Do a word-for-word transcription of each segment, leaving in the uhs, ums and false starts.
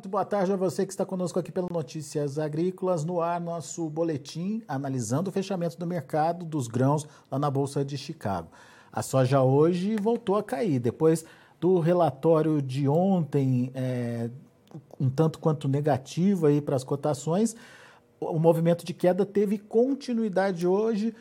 Muito boa tarde a você que está conosco aqui pelo Notícias Agrícolas. No ar, nosso boletim analisando o fechamento do mercado dos grãos lá na Bolsa de Chicago. A soja hoje voltou a cair, depois do relatório de ontem, é, um tanto quanto negativo aí para as cotações. O movimento de queda teve continuidade hoje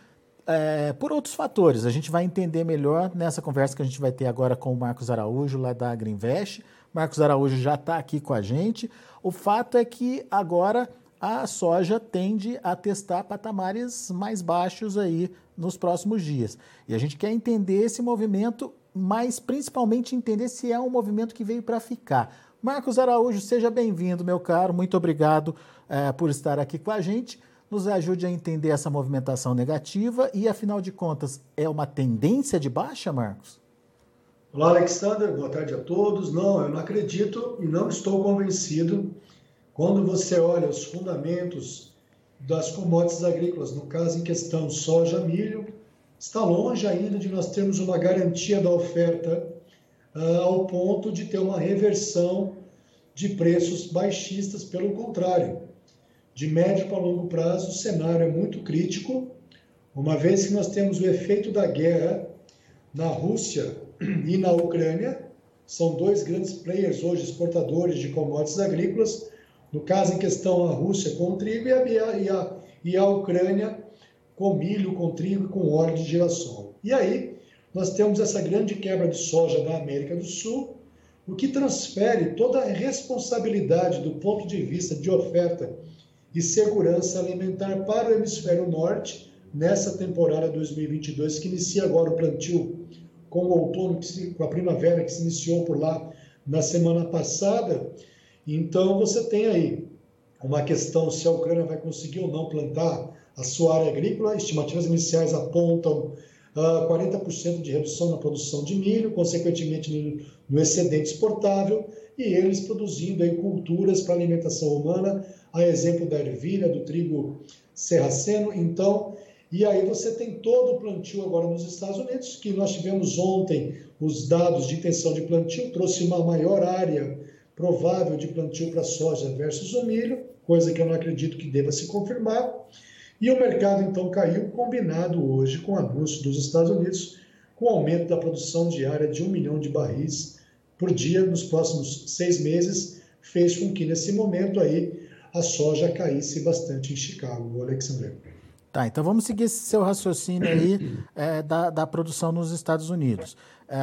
é, por outros fatores. A gente vai entender melhor nessa conversa que a gente vai ter agora com o Marcos Araújo, lá da Agrinvest. Marcos Araújo já está aqui com a gente. O fato é que agora a soja tende a testar patamares mais baixos aí nos próximos dias. E a gente quer entender esse movimento, mas principalmente entender se é um movimento que veio para ficar. Marcos Araújo, seja bem-vindo, meu caro. Muito obrigado é, por estar aqui com a gente. Nos ajude a entender essa movimentação negativa e, afinal de contas, é uma tendência de baixa, Marcos? Olá, Alexander, boa tarde a todos. Não, eu não acredito e não estou convencido. Quando você olha os fundamentos das commodities agrícolas, no caso em questão soja, milho, está longe ainda de nós termos uma garantia da oferta uh, ao ponto de ter uma reversão de preços baixistas. Pelo contrário, de médio para longo prazo, o cenário é muito crítico, uma vez que nós temos o efeito da guerra na Rússia e na Ucrânia. São dois grandes players hoje exportadores de commodities agrícolas, no caso em questão a Rússia com trigo e a, e a, e a Ucrânia com milho, com trigo e com óleo de girassol. E aí nós temos essa grande quebra de soja da América do Sul, o que transfere toda a responsabilidade do ponto de vista de oferta e segurança alimentar para o hemisfério norte nessa temporada dois mil e vinte e dois, que inicia agora o plantio com o outono, com a primavera, que se iniciou por lá na semana passada. Então, você tem aí uma questão se a Ucrânia vai conseguir ou não plantar a sua área agrícola. Estimativas iniciais apontam uh, quarenta por cento de redução na produção de milho, consequentemente no, no excedente exportável, e eles produzindo aí culturas para alimentação humana, a exemplo da ervilha, do trigo serraceno. Então, e aí você tem todo o plantio agora nos Estados Unidos, que nós tivemos ontem os dados de intenção de plantio, trouxe uma maior área provável de plantio para soja versus o milho, coisa que eu não acredito que deva se confirmar. E o mercado então caiu, combinado hoje com o anúncio dos Estados Unidos, com o aumento da produção diária de um milhão de barris por dia nos próximos seis meses, fez com que nesse momento aí a soja caísse bastante em Chicago, Alexandre. Tá, então vamos seguir esse seu raciocínio aí é, da, da produção nos Estados Unidos.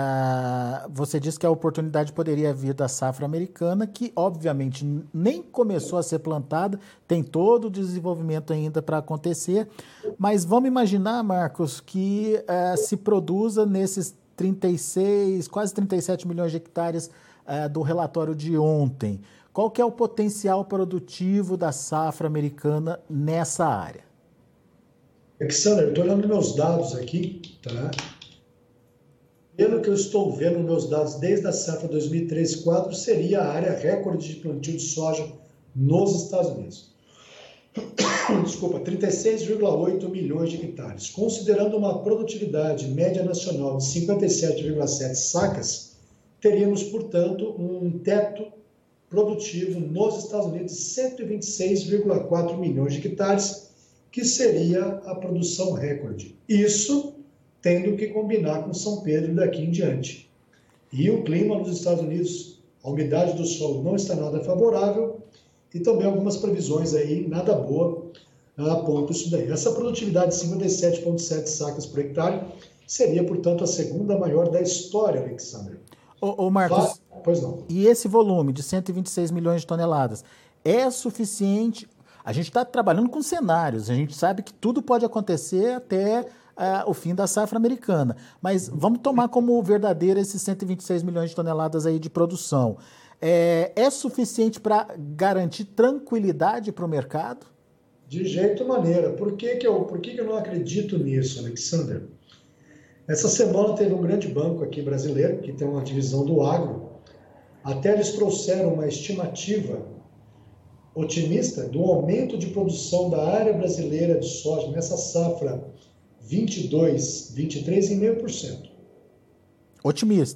É, você disse que a oportunidade poderia vir da safra americana, que obviamente nem começou a ser plantada, tem todo o desenvolvimento ainda para acontecer, mas vamos imaginar, Marcos, que é, se produza nesses trinta e seis, quase trinta e sete milhões de hectares é, do relatório de ontem. Qual que é o potencial produtivo da safra americana nessa área? Alexander, eu estou olhando meus dados aqui, tá? Pelo que eu estou vendo meus dados desde a safra dois mil e treze dois mil e quatro, seria a área recorde de plantio de soja nos Estados Unidos. Desculpa, trinta e seis vírgula oito milhões de hectares. Considerando uma produtividade média nacional de cinquenta e sete vírgula sete sacas, teríamos, portanto, um teto produtivo nos Estados Unidos de cento e vinte e seis vírgula quatro milhões de hectares, que seria a produção recorde. Isso tendo que combinar com São Pedro daqui em diante. E o clima nos Estados Unidos, a umidade do solo não está nada favorável e também algumas previsões aí nada boa apontam isso daí. Essa produtividade de cinquenta e sete vírgula sete sacas por hectare seria, portanto, a segunda maior da história, Alexandre. Ô, ô Marcos, Fala, pois não. E esse volume de cento e vinte e seis milhões de toneladas é suficiente? A gente está trabalhando com cenários, a gente sabe que tudo pode acontecer até uh, o fim da safra americana, mas vamos tomar como verdadeiro esses cento e vinte e seis milhões de toneladas aí de produção. É, é suficiente para garantir tranquilidade para o mercado? De jeito maneira. Por que, que, eu, por que, que eu não acredito nisso, Alexander? Essa semana teve um grande banco aqui brasileiro, que tem uma divisão do agro, até eles trouxeram uma estimativa otimista do aumento de produção da área brasileira de soja nessa safra vinte e dois, vinte e três vírgula cinco por cento. Otimista.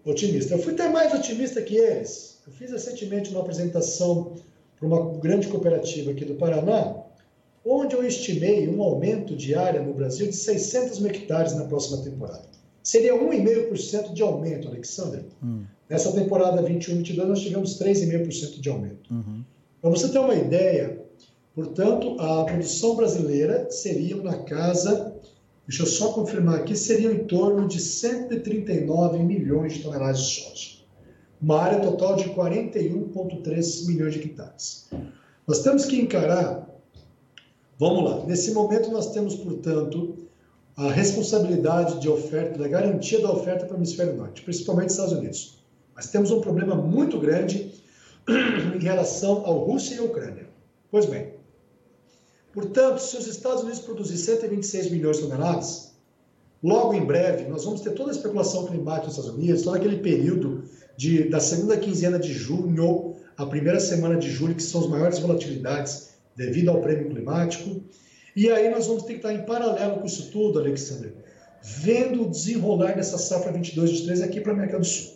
otimista. Eu fui até mais otimista que eles. Eu fiz recentemente uma apresentação para uma grande cooperativa aqui do Paraná, onde eu estimei um aumento de área no Brasil de seiscentos mil hectares na próxima temporada. Seria um vírgula cinco por cento de aumento, Alexandre. Hum. Nessa temporada vinte e um, vinte e dois, nós tivemos três vírgula cinco por cento de aumento. Uhum. Para você ter uma ideia, portanto, a produção brasileira seria na casa, deixa eu só confirmar aqui, seria em torno de cento e trinta e nove milhões de toneladas de soja. Uma área total de quarenta e um vírgula três milhões de hectares. Nós temos que encarar, vamos lá, nesse momento nós temos, portanto, a responsabilidade de oferta, da garantia da oferta para o hemisfério norte, principalmente nos Estados Unidos. Mas temos um problema muito grande em relação ao Rússia e à Ucrânia. Pois bem, portanto, se os Estados Unidos produzirem cento e vinte e seis milhões de toneladas, logo em breve nós vamos ter toda a especulação climática nos Estados Unidos, todo aquele período de, da segunda quinzena de junho à primeira semana de julho, que são as maiores volatilidades devido ao prêmio climático. E aí nós vamos ter que estar em paralelo com isso tudo, Alexandre, vendo o desenrolar dessa safra vinte e dois, vinte e três aqui para a América do Sul.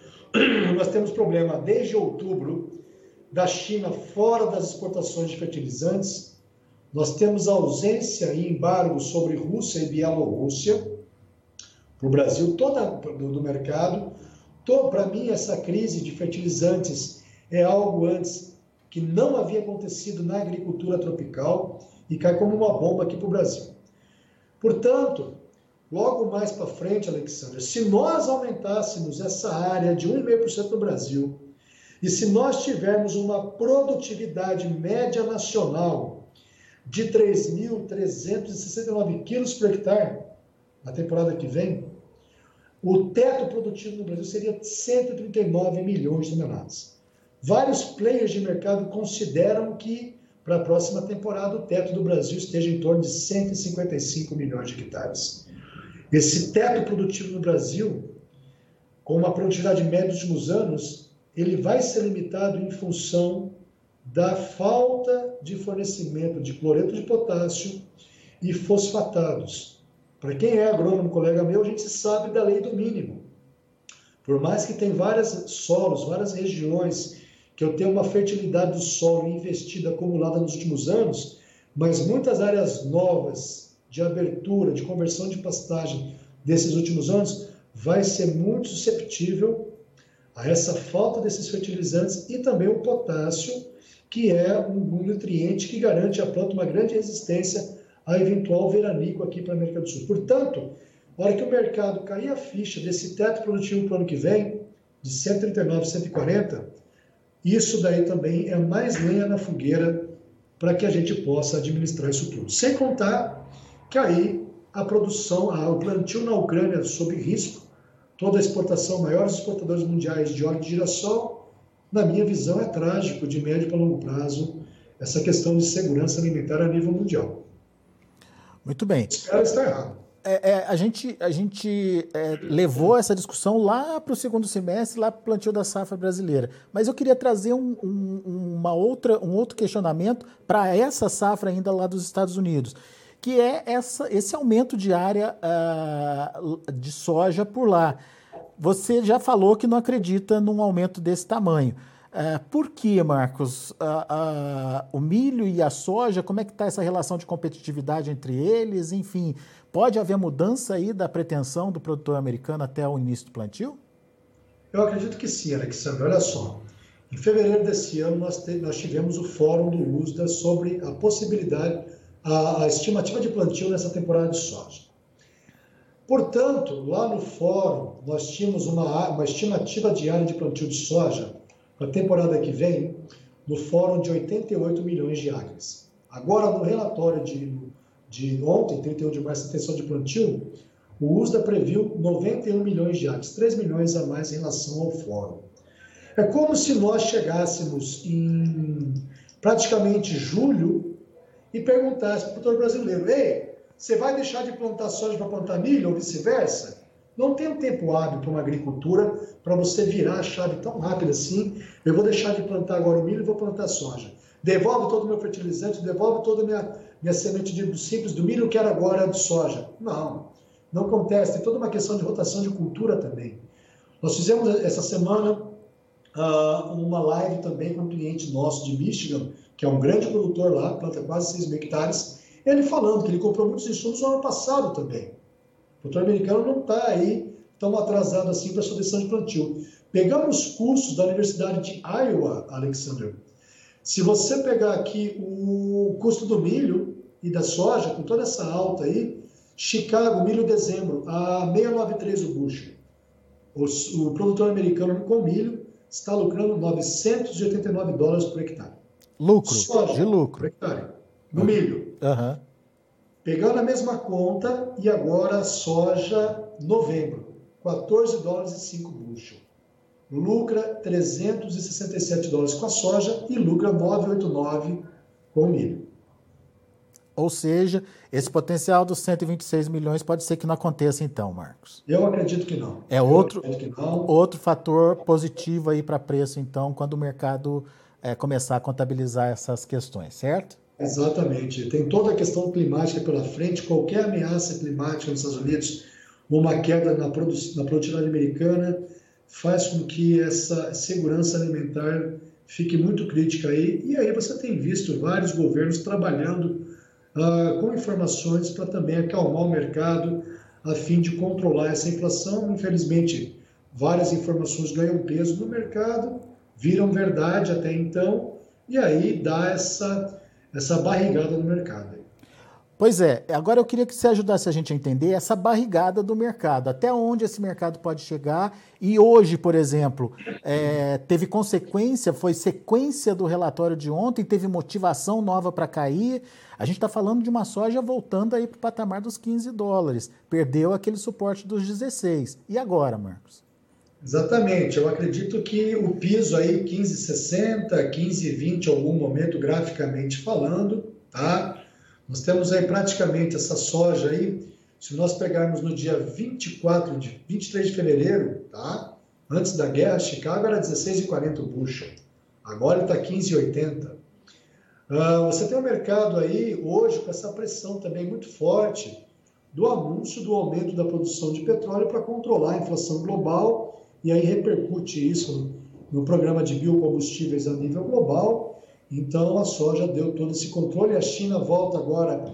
Nós temos problema desde outubro da China fora das exportações de fertilizantes. Nós temos ausência e embargo sobre Rússia e Bielorrússia para o Brasil, toda do, do mercado. Para mim, essa crise de fertilizantes é algo antes que não havia acontecido na agricultura tropical e cai como uma bomba aqui para o Brasil. Portanto, logo mais para frente, Alexandre, se nós aumentássemos essa área de um vírgula cinco por cento no Brasil e se nós tivermos uma produtividade média nacional de três mil trezentos e sessenta e nove quilos por hectare na temporada que vem, o teto produtivo no Brasil seria cento e trinta e nove milhões de toneladas. Vários players de mercado consideram que para a próxima temporada o teto do Brasil esteja em torno de cento e cinquenta e cinco milhões de hectares. Esse teto produtivo no Brasil, com uma produtividade média dos últimos anos, ele vai ser limitado em função da falta de fornecimento de cloreto de potássio e fosfatados. Para quem é agrônomo, colega meu, a gente sabe da lei do mínimo. Por mais que tem vários solos, várias regiões que eu tenho uma fertilidade do solo investida, acumulada nos últimos anos, mas muitas áreas novas de abertura, de conversão de pastagem desses últimos anos, vai ser muito susceptível a essa falta desses fertilizantes e também o potássio, que é um nutriente que garante à planta uma grande resistência a eventual veranico aqui para a América do Sul. Portanto, na hora que o mercado cair a ficha desse teto produtivo para o ano que vem, de cento e trinta e nove, cento e quarenta, isso daí também é mais lenha na fogueira para que a gente possa administrar isso tudo. Sem contar que aí a produção, a, o plantio na Ucrânia sob risco, toda a exportação, maiores exportadores mundiais de óleo de girassol, na minha visão é trágico de médio para longo prazo essa questão de segurança alimentar a nível mundial. Muito bem. Espero estar errado. É, é, a gente, a gente é, levou essa discussão lá para o segundo semestre, lá para o plantio da safra brasileira. Mas eu queria trazer um, um, uma outra, um outro questionamento para essa safra ainda lá dos Estados Unidos, que é essa, esse aumento de área uh, de soja por lá. Você já falou que não acredita num aumento desse tamanho. Uh, por que, Marcos? Uh, uh, o milho e a soja, como é que está essa relação de competitividade entre eles? Enfim, pode haver mudança aí da pretensão do produtor americano até o início do plantio? Eu acredito que sim, Alexandre. Olha só, em fevereiro desse ano nós, te, nós tivemos o fórum do U S D A sobre a possibilidade, a, a estimativa de plantio nessa temporada de soja. Portanto, lá no fórum nós tínhamos uma, uma estimativa de área de plantio de soja para a temporada que vem, no fórum de oitenta e oito milhões de acres. Agora, no relatório de, de ontem, trinta e um de março, intenção de plantio, o U S D A previu noventa e um milhões de acres, três milhões a mais em relação ao fórum. É como se nós chegássemos em praticamente julho e perguntássemos para o produtor brasileiro: ei, você vai deixar de plantar soja para plantar milho ou vice-versa? Não tem um tempo hábil para uma agricultura para você virar a chave tão rápido assim. Eu vou deixar de plantar agora o milho e vou plantar soja. Devolve todo o meu fertilizante, devolve toda a minha, minha semente de simples do milho, eu quero agora de soja. Não, não acontece. Tem toda uma questão de rotação de cultura também. Nós fizemos essa semana uh, uma live também com um cliente nosso de Michigan, que é um grande produtor lá, planta quase seis mil hectares, ele falando que ele comprou muitos insumos no ano passado também. O produtor americano não está aí tão atrasado assim para a sua decisão de plantio. Pegando os custos da Universidade de Iowa, Alexander, se você pegar aqui o custo do milho e da soja, com toda essa alta aí, Chicago, milho dezembro, a seiscentos e noventa e três o bushel. O, o produtor americano com milho está lucrando novecentos e oitenta e nove dólares por hectare. Lucro, soja, de lucro. Por hectare, no milho. Uhum. Pegando a mesma conta, e agora soja, novembro, quatorze dólares e cinco bushel. Lucra trezentos e sessenta e sete dólares com a soja e lucra novecentos e oitenta e nove com o milho. Ou seja, esse potencial dos cento e vinte e seis milhões pode ser que não aconteça então, Marcos. Eu acredito que não. É Eu outro, que não. outro fator positivo aí para preço, então, quando o mercado é, começar a contabilizar essas questões, certo? Exatamente. Tem toda a questão climática pela frente, qualquer ameaça climática nos Estados Unidos, uma queda na, produ na produtividade americana, faz com que essa segurança alimentar fique muito crítica aí. E aí você tem visto vários governos trabalhando Uh, com informações para também acalmar o mercado a fim de controlar essa inflação. Infelizmente, várias informações ganham peso no mercado, viram verdade até então, e aí dá essa, essa barrigada no mercado. Pois é, agora eu queria que você ajudasse a gente a entender essa barrigada do mercado, até onde esse mercado pode chegar. E hoje, por exemplo, é, teve consequência, foi sequência do relatório de ontem, teve motivação nova para cair. A gente está falando de uma soja voltando aí para o patamar dos quinze dólares, perdeu aquele suporte dos dezesseis. E agora, Marcos? Exatamente, eu acredito que o piso aí quinze e sessenta, quinze e vinte, em algum momento, graficamente falando, tá? Nós temos aí praticamente essa soja aí, se nós pegarmos no dia vinte e quatro de, vinte e três de fevereiro, tá? Antes da guerra, Chicago era dezesseis e quarenta o bushel, agora está quinze e oitenta. Uh, você tem um mercado aí hoje com essa pressão também muito forte do anúncio do aumento da produção de petróleo para controlar a inflação global, e aí repercute isso no, no programa de biocombustíveis a nível global. Então, a soja deu todo esse controle. A China volta agora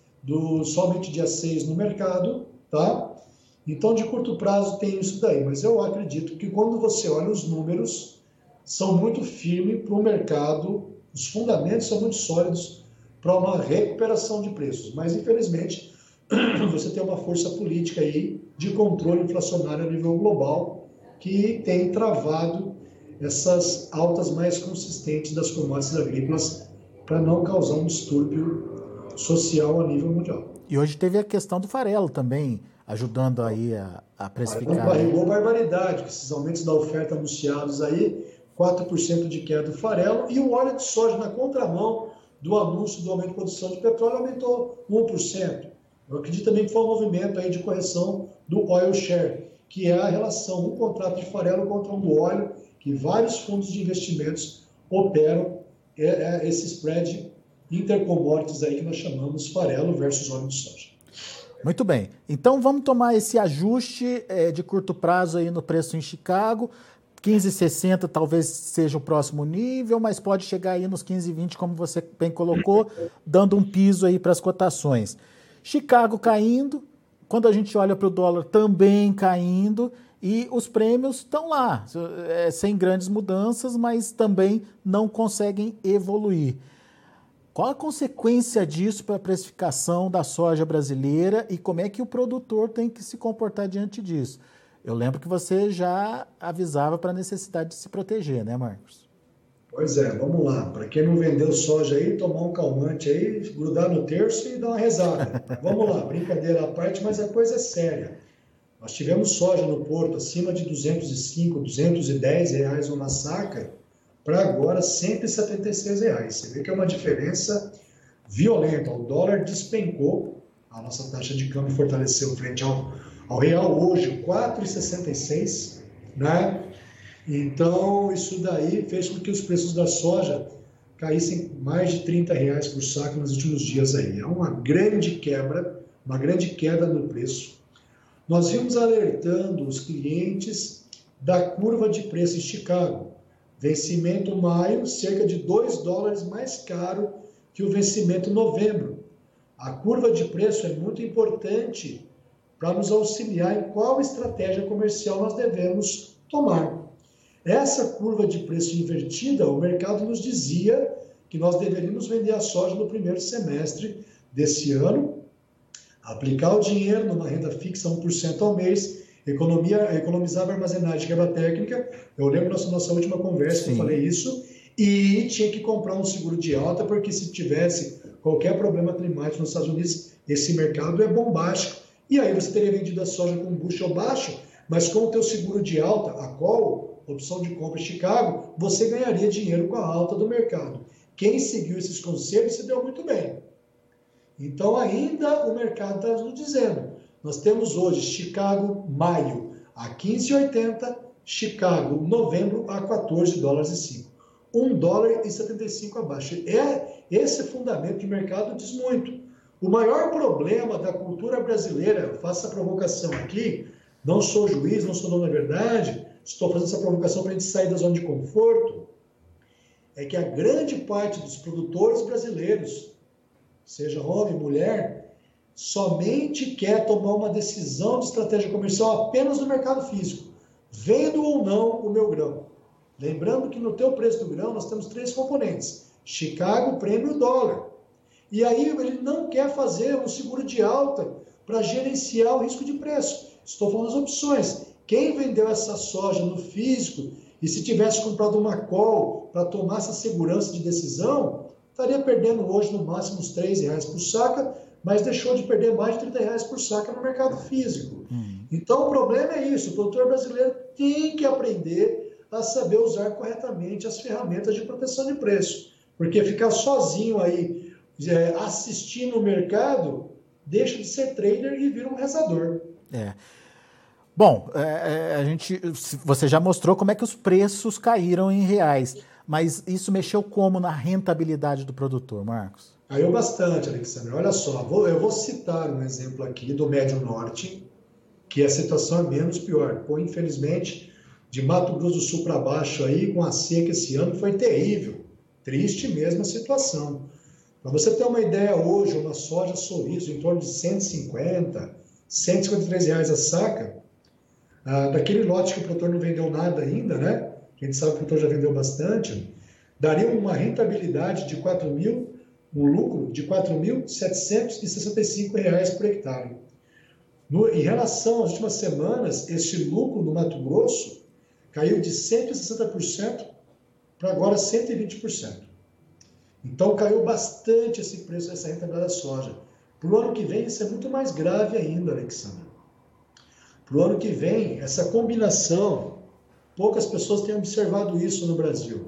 do, somente dia seis no mercado, tá? Então, de curto prazo tem isso daí. Mas eu acredito que quando você olha os números, são muito firmes para o mercado, os fundamentos são muito sólidos para uma recuperação de preços. Mas, infelizmente, você tem uma força política aí de controle inflacionário a nível global que tem travado essas altas mais consistentes das commodities agrícolas para não causar um distúrbio social a nível mundial. E hoje teve a questão do farelo também, ajudando aí a, a precificar. Não barrigou barbaridade, com esses aumentos da oferta anunciados aí, quatro por cento de queda do farelo, e o óleo de soja na contramão do anúncio do aumento de produção de petróleo aumentou um por cento. Eu acredito também que foi um movimento aí de correção do oil share, que é a relação, um contrato de farelo contra um do óleo, que vários fundos de investimentos operam é, é, esse spread intercommodities aí que nós chamamos farelo versus óleo de soja. Muito bem. Então vamos tomar esse ajuste é, de curto prazo aí no preço em Chicago. quinze e sessenta talvez seja o próximo nível, mas pode chegar aí nos quinze e vinte, como você bem colocou, dando um piso aí para as cotações. Chicago caindo, quando a gente olha para o dólar também caindo, e os prêmios estão lá, é, sem grandes mudanças, mas também não conseguem evoluir. Qual a consequência disso para a precificação da soja brasileira e como é que o produtor tem que se comportar diante disso? Eu lembro que você já avisava para a necessidade de se proteger, né, Marcos? Pois é, vamos lá. Para quem não vendeu soja aí, tomar um calmante aí, grudar no terço e dar uma rezada. Vamos lá, brincadeira à parte, mas a coisa é séria. Nós tivemos soja no porto acima de duzentos e cinco, duzentos e dez reais uma saca, para agora cento e setenta e seis reais. Você vê que é uma diferença violenta. O dólar despencou, a nossa taxa de câmbio fortaleceu frente ao, ao real hoje, quatro e sessenta e seis, né? Então, isso daí fez com que os preços da soja caíssem mais de trinta reais por saco nos últimos dias aí. É uma grande quebra, uma grande queda no preço. Nós vimos alertando os clientes da curva de preço em Chicago. Vencimento maio, cerca de dois dólares mais caro que o vencimento novembro. A curva de preço é muito importante para nos auxiliar em qual estratégia comercial nós devemos tomar. Essa curva de preço invertida, o mercado nos dizia que nós deveríamos vender a soja no primeiro semestre desse ano, aplicar o dinheiro numa renda fixa um por cento ao mês, economia, economizar a armazenagem de quebra técnica. Eu lembro da nossa, nossa última conversa que eu falei isso, e tinha que comprar um seguro de alta, porque se tivesse qualquer problema climático nos Estados Unidos, esse mercado é bombástico. E aí você teria vendido a soja com um bushel baixo, mas com o teu seguro de alta, a call, opção de compra em Chicago, você ganharia dinheiro com a alta do mercado. Quem seguiu esses conselhos se deu muito bem. Então ainda o mercado está nos dizendo, nós temos hoje Chicago maio a quinze e oitenta, Chicago novembro a quatorze dólares e cinco. um dólar e setenta e cinco abaixo. É, esse fundamento de mercado diz muito. O maior problema da cultura brasileira, eu faço essa provocação aqui, não sou juiz, não sou dono da verdade, estou fazendo essa provocação para a gente sair da zona de conforto, é que a grande parte dos produtores brasileiros, seja homem, mulher, somente quer tomar uma decisão de estratégia comercial apenas no mercado físico, vendo ou não o meu grão. Lembrando que no teu preço do grão nós temos três componentes, Chicago, prêmio e dólar. E aí ele não quer fazer um seguro de alta para gerenciar o risco de preço. Estou falando das opções. Quem vendeu essa soja no físico e se tivesse comprado uma call para tomar essa segurança de decisão, estaria perdendo hoje no máximo uns três reais por saca, mas deixou de perder mais de trinta reais por saca no mercado físico. Hum. Então o problema é isso, o produtor brasileiro tem que aprender a saber usar corretamente as ferramentas de proteção de preço, porque ficar sozinho aí é, assistindo o mercado deixa de ser trader e vira um rezador. É. Bom, é, a gente, você já mostrou como é que os preços caíram em reais, mas isso mexeu como na rentabilidade do produtor, Marcos? Caiu bastante, Alexandre. Olha só, vou, eu vou citar um exemplo aqui do Médio Norte, que a situação é menos pior. Pô, infelizmente, de Mato Grosso do Sul para baixo aí, com a seca esse ano, foi terrível. Triste mesmo a situação. Para você ter uma ideia, hoje, uma soja sorriso em torno de cento e cinquenta, cento e cinquenta e três reais a saca, ah, daquele lote que o produtor não vendeu nada ainda, né? A gente sabe que o produtor já vendeu bastante, daria uma rentabilidade de quatro mil, um lucro de quatro mil setecentos e sessenta e cinco reais por hectare. No, em relação às últimas semanas, esse lucro no Mato Grosso caiu de cento e sessenta por cento para agora cento e vinte por cento. Então caiu bastante esse preço, essa rentabilidade da soja. Para o ano que vem, isso é muito mais grave ainda, Alexandre. Para o ano que vem, essa combinação, poucas pessoas têm observado isso no Brasil.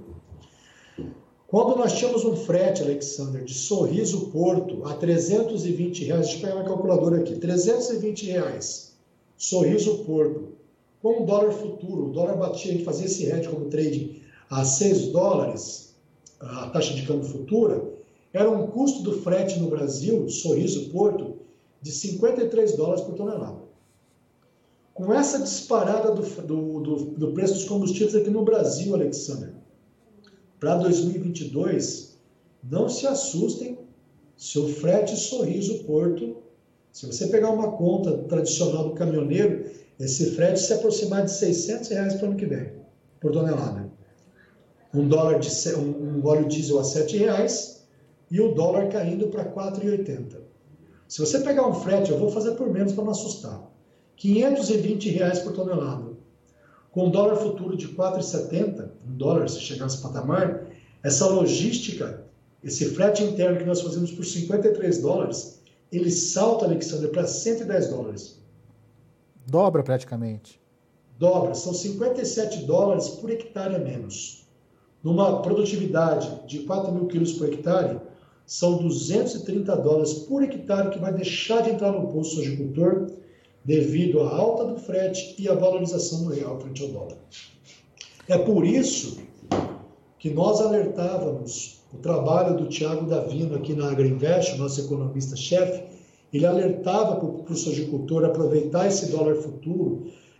Quando nós tínhamos um frete, Alexandre, de Sorriso Porto a trezentos e vinte reais, deixa eu pegar uma calculadora aqui, trezentos e vinte reais, Sorriso Porto, com o dólar futuro, o dólar batia, a gente fazia esse hedge como trade a seis dólares, a taxa de câmbio futura, era um custo do frete no Brasil, Sorriso Porto, de cinquenta e três dólares por tonelada. Com essa disparada do, do, do, do preço dos combustíveis aqui no Brasil, Alexandre, para dois mil e vinte e dois, não se assustem se o frete Sorriso Porto, se você pegar uma conta tradicional do caminhoneiro, esse frete se aproximar de seiscentos reais para o ano que vem, por tonelada. Um, dólar de, um, um óleo diesel a sete reais e o dólar caindo para quatro reais e oitenta centavos. Se você pegar um frete, eu vou fazer por menos para não assustar, quinhentos e vinte reais por tonelada, com dólar futuro de quatro reais e setenta centavos, um dólar se chegar nesse patamar, essa logística, esse frete interno que nós fazemos por cinquenta e três dólares, ele salta, Alexandre, para cento e dez dólares. Dobra praticamente. Dobra, são cinquenta e sete dólares por hectare a menos. Numa produtividade de quatro mil quilos por hectare, são duzentos e trinta dólares por hectare que vai deixar de entrar no bolso do agricultor devido à alta do frete e à valorização do real frente ao dólar. É por isso que nós alertávamos o trabalho do Thiago Davino aqui na Agriinvest, nosso economista-chefe, ele alertava para o agricultor aproveitar esse dólar futuro,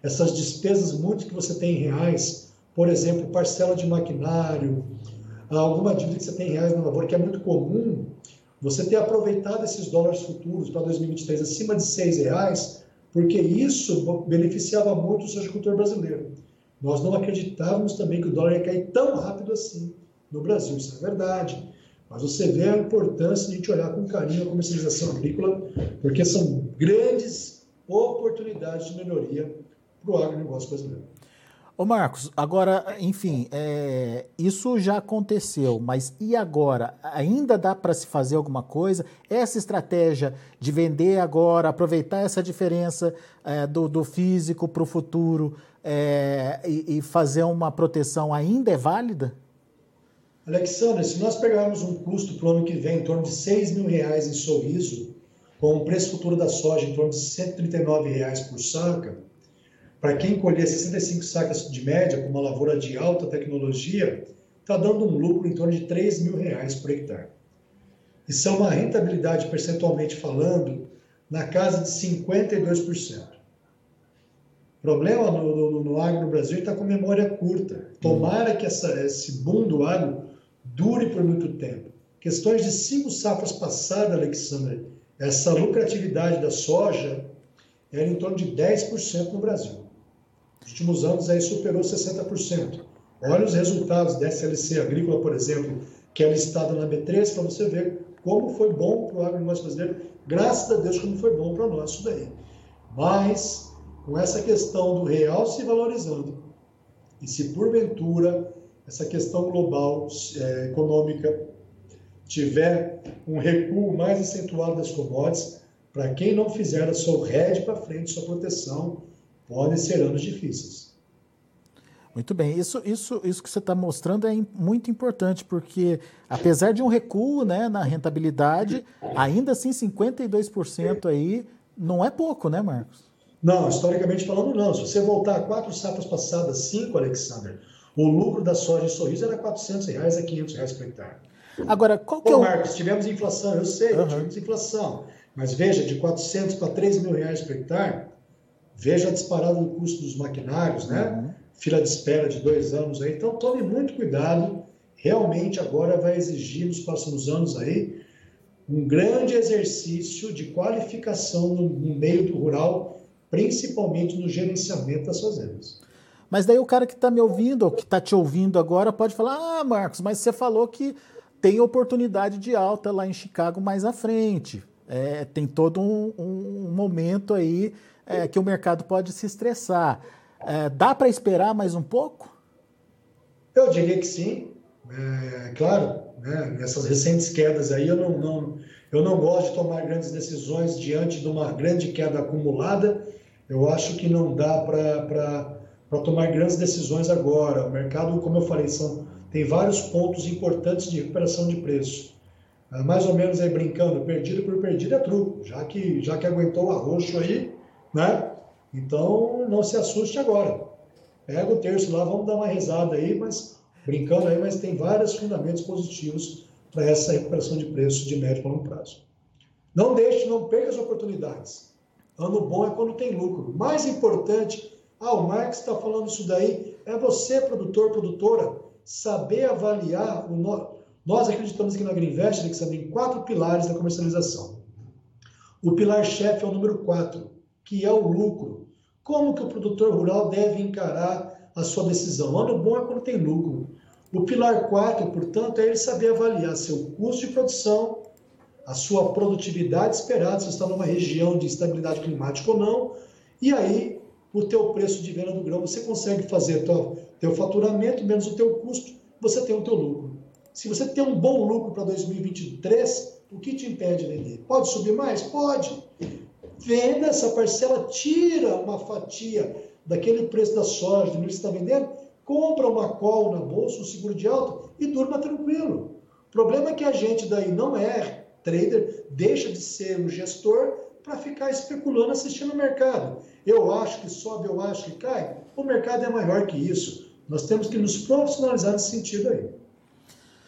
essas despesas muito que você tem em reais, por exemplo, parcela de maquinário, alguma dívida que você tem em reais na lavoura, que é muito comum, você ter aproveitado esses dólares futuros para dois mil e vinte e três acima de seis reais, porque isso beneficiava muito o agricultor brasileiro. Nós não acreditávamos também que o dólar ia cair tão rápido assim no Brasil, isso é verdade. Mas você vê a importância de a gente olhar com carinho a comercialização agrícola, porque são grandes oportunidades de melhoria para o agronegócio brasileiro. Ô Marcos, agora, enfim, é, isso já aconteceu, mas e agora? Ainda dá para se fazer alguma coisa? Essa estratégia de vender agora, aproveitar essa diferença é, do, do físico para o futuro é, e, e fazer uma proteção ainda é válida? Alexandre, se nós pegarmos um custo para o ano que vem em torno de seis mil reais em Sorriso, com o preço futuro da soja em torno de cento e trinta e nove reais por saca, para quem colher sessenta e cinco sacas de média, com uma lavoura de alta tecnologia, está dando um lucro em torno de três mil reais por hectare. Isso é uma rentabilidade, percentualmente falando, na casa de cinquenta e dois por cento. O problema no, no, no agro no Brasil está com memória curta. Tomara que essa, esse boom do agro dure por muito tempo. Questões de cinco safras passadas, Alexandre, essa lucratividade da soja era em torno de dez por cento no Brasil. Nos últimos anos aí superou sessenta por cento. Olha os resultados da S L C Agrícola, por exemplo, que é listada na B três, para você ver como foi bom para o agronegócio brasileiro. Graças a Deus, como foi bom para nós isso daí. Mas, com essa questão do real se valorizando, e se porventura essa questão global, é, econômica, tiver um recuo mais acentuado das commodities, para quem não fizer a sua rede para frente, sua proteção, podem ser anos difíceis. Muito bem, isso, isso, isso que você está mostrando é muito importante, porque apesar de um recuo, né, na rentabilidade, ainda assim cinquenta e dois por cento aí não é pouco, né, Marcos? Não, historicamente falando não. Se você voltar a quatro safras passadas, cinco, Alexander, o lucro da soja em Sorriso era quatrocentos reais a quinhentos reais por hectare. Agora, qual que Ô, é o... Marcos, tivemos inflação, eu sei, Uhum. tivemos inflação, mas veja, de quatrocentos para três mil reais por hectare, veja a disparada do custo dos maquinários, né? Uhum. Fila de espera de dois anos aí. Então, tome muito cuidado. Realmente, agora vai exigir, nos próximos anos aí, um grande exercício de qualificação no, no meio do rural, principalmente no gerenciamento das fazendas. Mas daí o cara que está me ouvindo, ou que está te ouvindo agora, pode falar, ah, Marcos, mas você falou que tem oportunidade de alta lá em Chicago mais à frente. É, tem todo um, um momento aí é, que o mercado pode se estressar. É, dá para esperar mais um pouco? Eu diria que sim. É, claro, né, nessas recentes quedas aí, eu não, não, eu não gosto de tomar grandes decisões diante de uma grande queda acumulada. Eu acho que não dá para tomar grandes decisões agora. O mercado, como eu falei, são, tem vários pontos importantes de recuperação de preço. É, mais ou menos aí brincando, perdido por perdido é truco, já que, já que aguentou o arroxo aí, né? Então, não se assuste agora. Pega o terço lá, vamos dar uma rezada aí, mas brincando aí, mas tem vários fundamentos positivos para essa recuperação de preço de médio e longo prazo. Não deixe, não perca as oportunidades. Ano bom é quando tem lucro. Mais importante, ah, o Marcos está falando isso daí, é você, produtor, produtora, saber avaliar. O no... Nós acreditamos aqui na Agriinvest, Alexandre, em quatro pilares da comercialização. O pilar-chefe é o número quatro, que é o lucro. Como que o produtor rural deve encarar a sua decisão? Ano bom é quando tem lucro. O pilar quatro, portanto, é ele saber avaliar seu custo de produção, a sua produtividade esperada, se você está numa região de estabilidade climática ou não, e aí o teu preço de venda do grão, você consegue fazer teu, teu faturamento menos o teu custo, você tem o teu lucro. Se você tem um bom lucro para dois mil e vinte e três, o que te impede de vender? Pode subir mais? Pode. Venda essa parcela, tira uma fatia daquele preço da soja, do que você está vendendo, compra uma call na bolsa, um seguro de alta e durma tranquilo. O problema é que a gente daí não é trader, deixa de ser um gestor para ficar especulando, assistindo o mercado. Eu acho que sobe, eu acho que cai. O mercado é maior que isso. Nós temos que nos profissionalizar nesse sentido aí.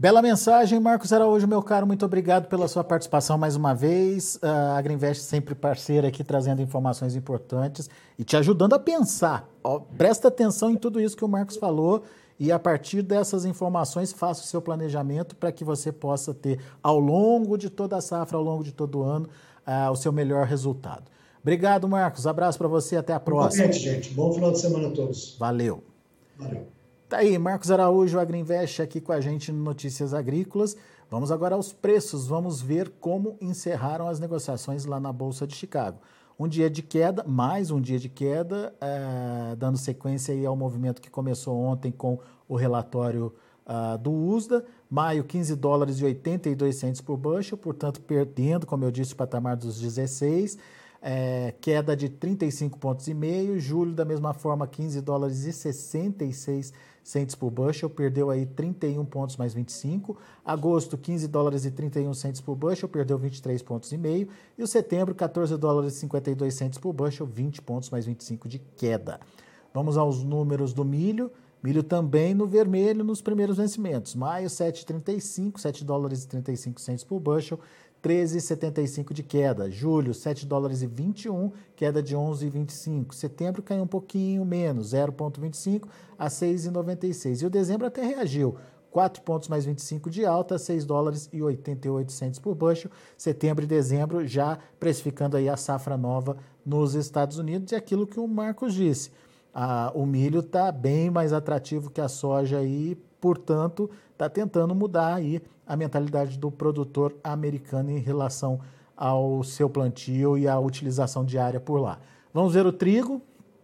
Bela mensagem, Marcos Araújo, meu caro, muito obrigado pela sua participação mais uma vez. A Agriinvest sempre parceira aqui, trazendo informações importantes e te ajudando a pensar. Ó, presta atenção em tudo isso que o Marcos falou e a partir dessas informações faça o seu planejamento para que você possa ter ao longo de toda a safra, ao longo de todo o ano, uh, o seu melhor resultado. Obrigado, Marcos. Abraço para você, até a próxima. Bom, gente. Bom final de semana a todos. Valeu. Valeu. Tá aí, Marcos Araújo, Agriinvest, aqui com a gente no Notícias Agrícolas. Vamos agora aos preços, vamos ver como encerraram as negociações lá na Bolsa de Chicago. Um dia de queda, mais um dia de queda, é, dando sequência aí ao movimento que começou ontem com o relatório uh, do U S D A. Maio, quinze dólares e oitenta e dois centavos por bushel, portanto, perdendo, como eu disse, o patamar dos dezesseis. É, queda de trinta e cinco pontos e meio. Julho, da mesma forma, quinze dólares e sessenta e seis centavos por bushel, perdeu aí trinta e um pontos mais vinte e cinco. Agosto, quinze dólares e trinta e um centavos por bushel, perdeu vinte e três pontos e meio. E o setembro, quatorze dólares e cinquenta e dois centavos por bushel, vinte pontos mais vinte e cinco de queda. Vamos aos números do milho. Milho também no vermelho nos primeiros vencimentos. Maio, sete vírgula trinta e cinco, sete dólares e trinta e cinco centavos por bushel, treze vírgula setenta e cinco de queda. Julho, sete dólares e vinte e um, queda de onze vírgula vinte e cinco. Setembro caiu um pouquinho menos, zero vírgula vinte e cinco a seis vírgula noventa e seis. E o dezembro até reagiu, quatro pontos mais vinte e cinco de alta, seis dólares e oitenta e oito centavos por bushel. Setembro e dezembro já precificando aí a safra nova nos Estados Unidos. E aquilo que o Marcos disse, ah, o milho está bem mais atrativo que a soja e, portanto, está tentando mudar aí a mentalidade do produtor americano em relação ao seu plantio e à utilização diária por lá. Vamos ver o trigo.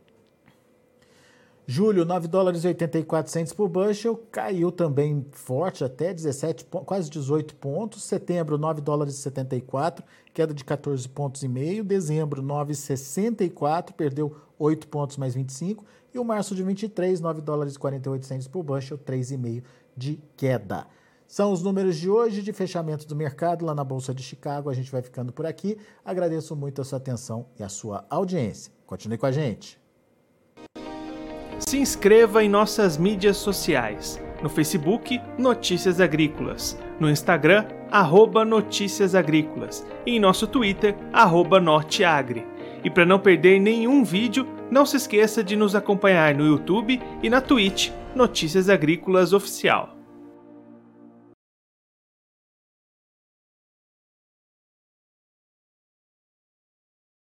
Julho, nove dólares e oitenta e quatro centavos por bushel, caiu também forte, até dezessete, quase dezoito pontos. Setembro, nove dólares e setenta e quatro, queda de quatorze pontos e meio. Dezembro, nove vírgula sessenta e quatro, perdeu oito pontos mais vinte e cinco. E o março de vinte e três, nove dólares e quarenta e oito centavos por bushel, três vírgula cinco de queda. São os números de hoje de fechamento do mercado lá na Bolsa de Chicago. A gente vai ficando por aqui. Agradeço muito a sua atenção e a sua audiência. Continue com a gente. Se inscreva em nossas mídias sociais. No Facebook, Notícias Agrícolas. No Instagram, arroba Notícias Agrícolas. E em nosso Twitter, arroba Norteagri. E para não perder nenhum vídeo, não se esqueça de nos acompanhar no YouTube e na Twitch, Notícias Agrícolas Oficial.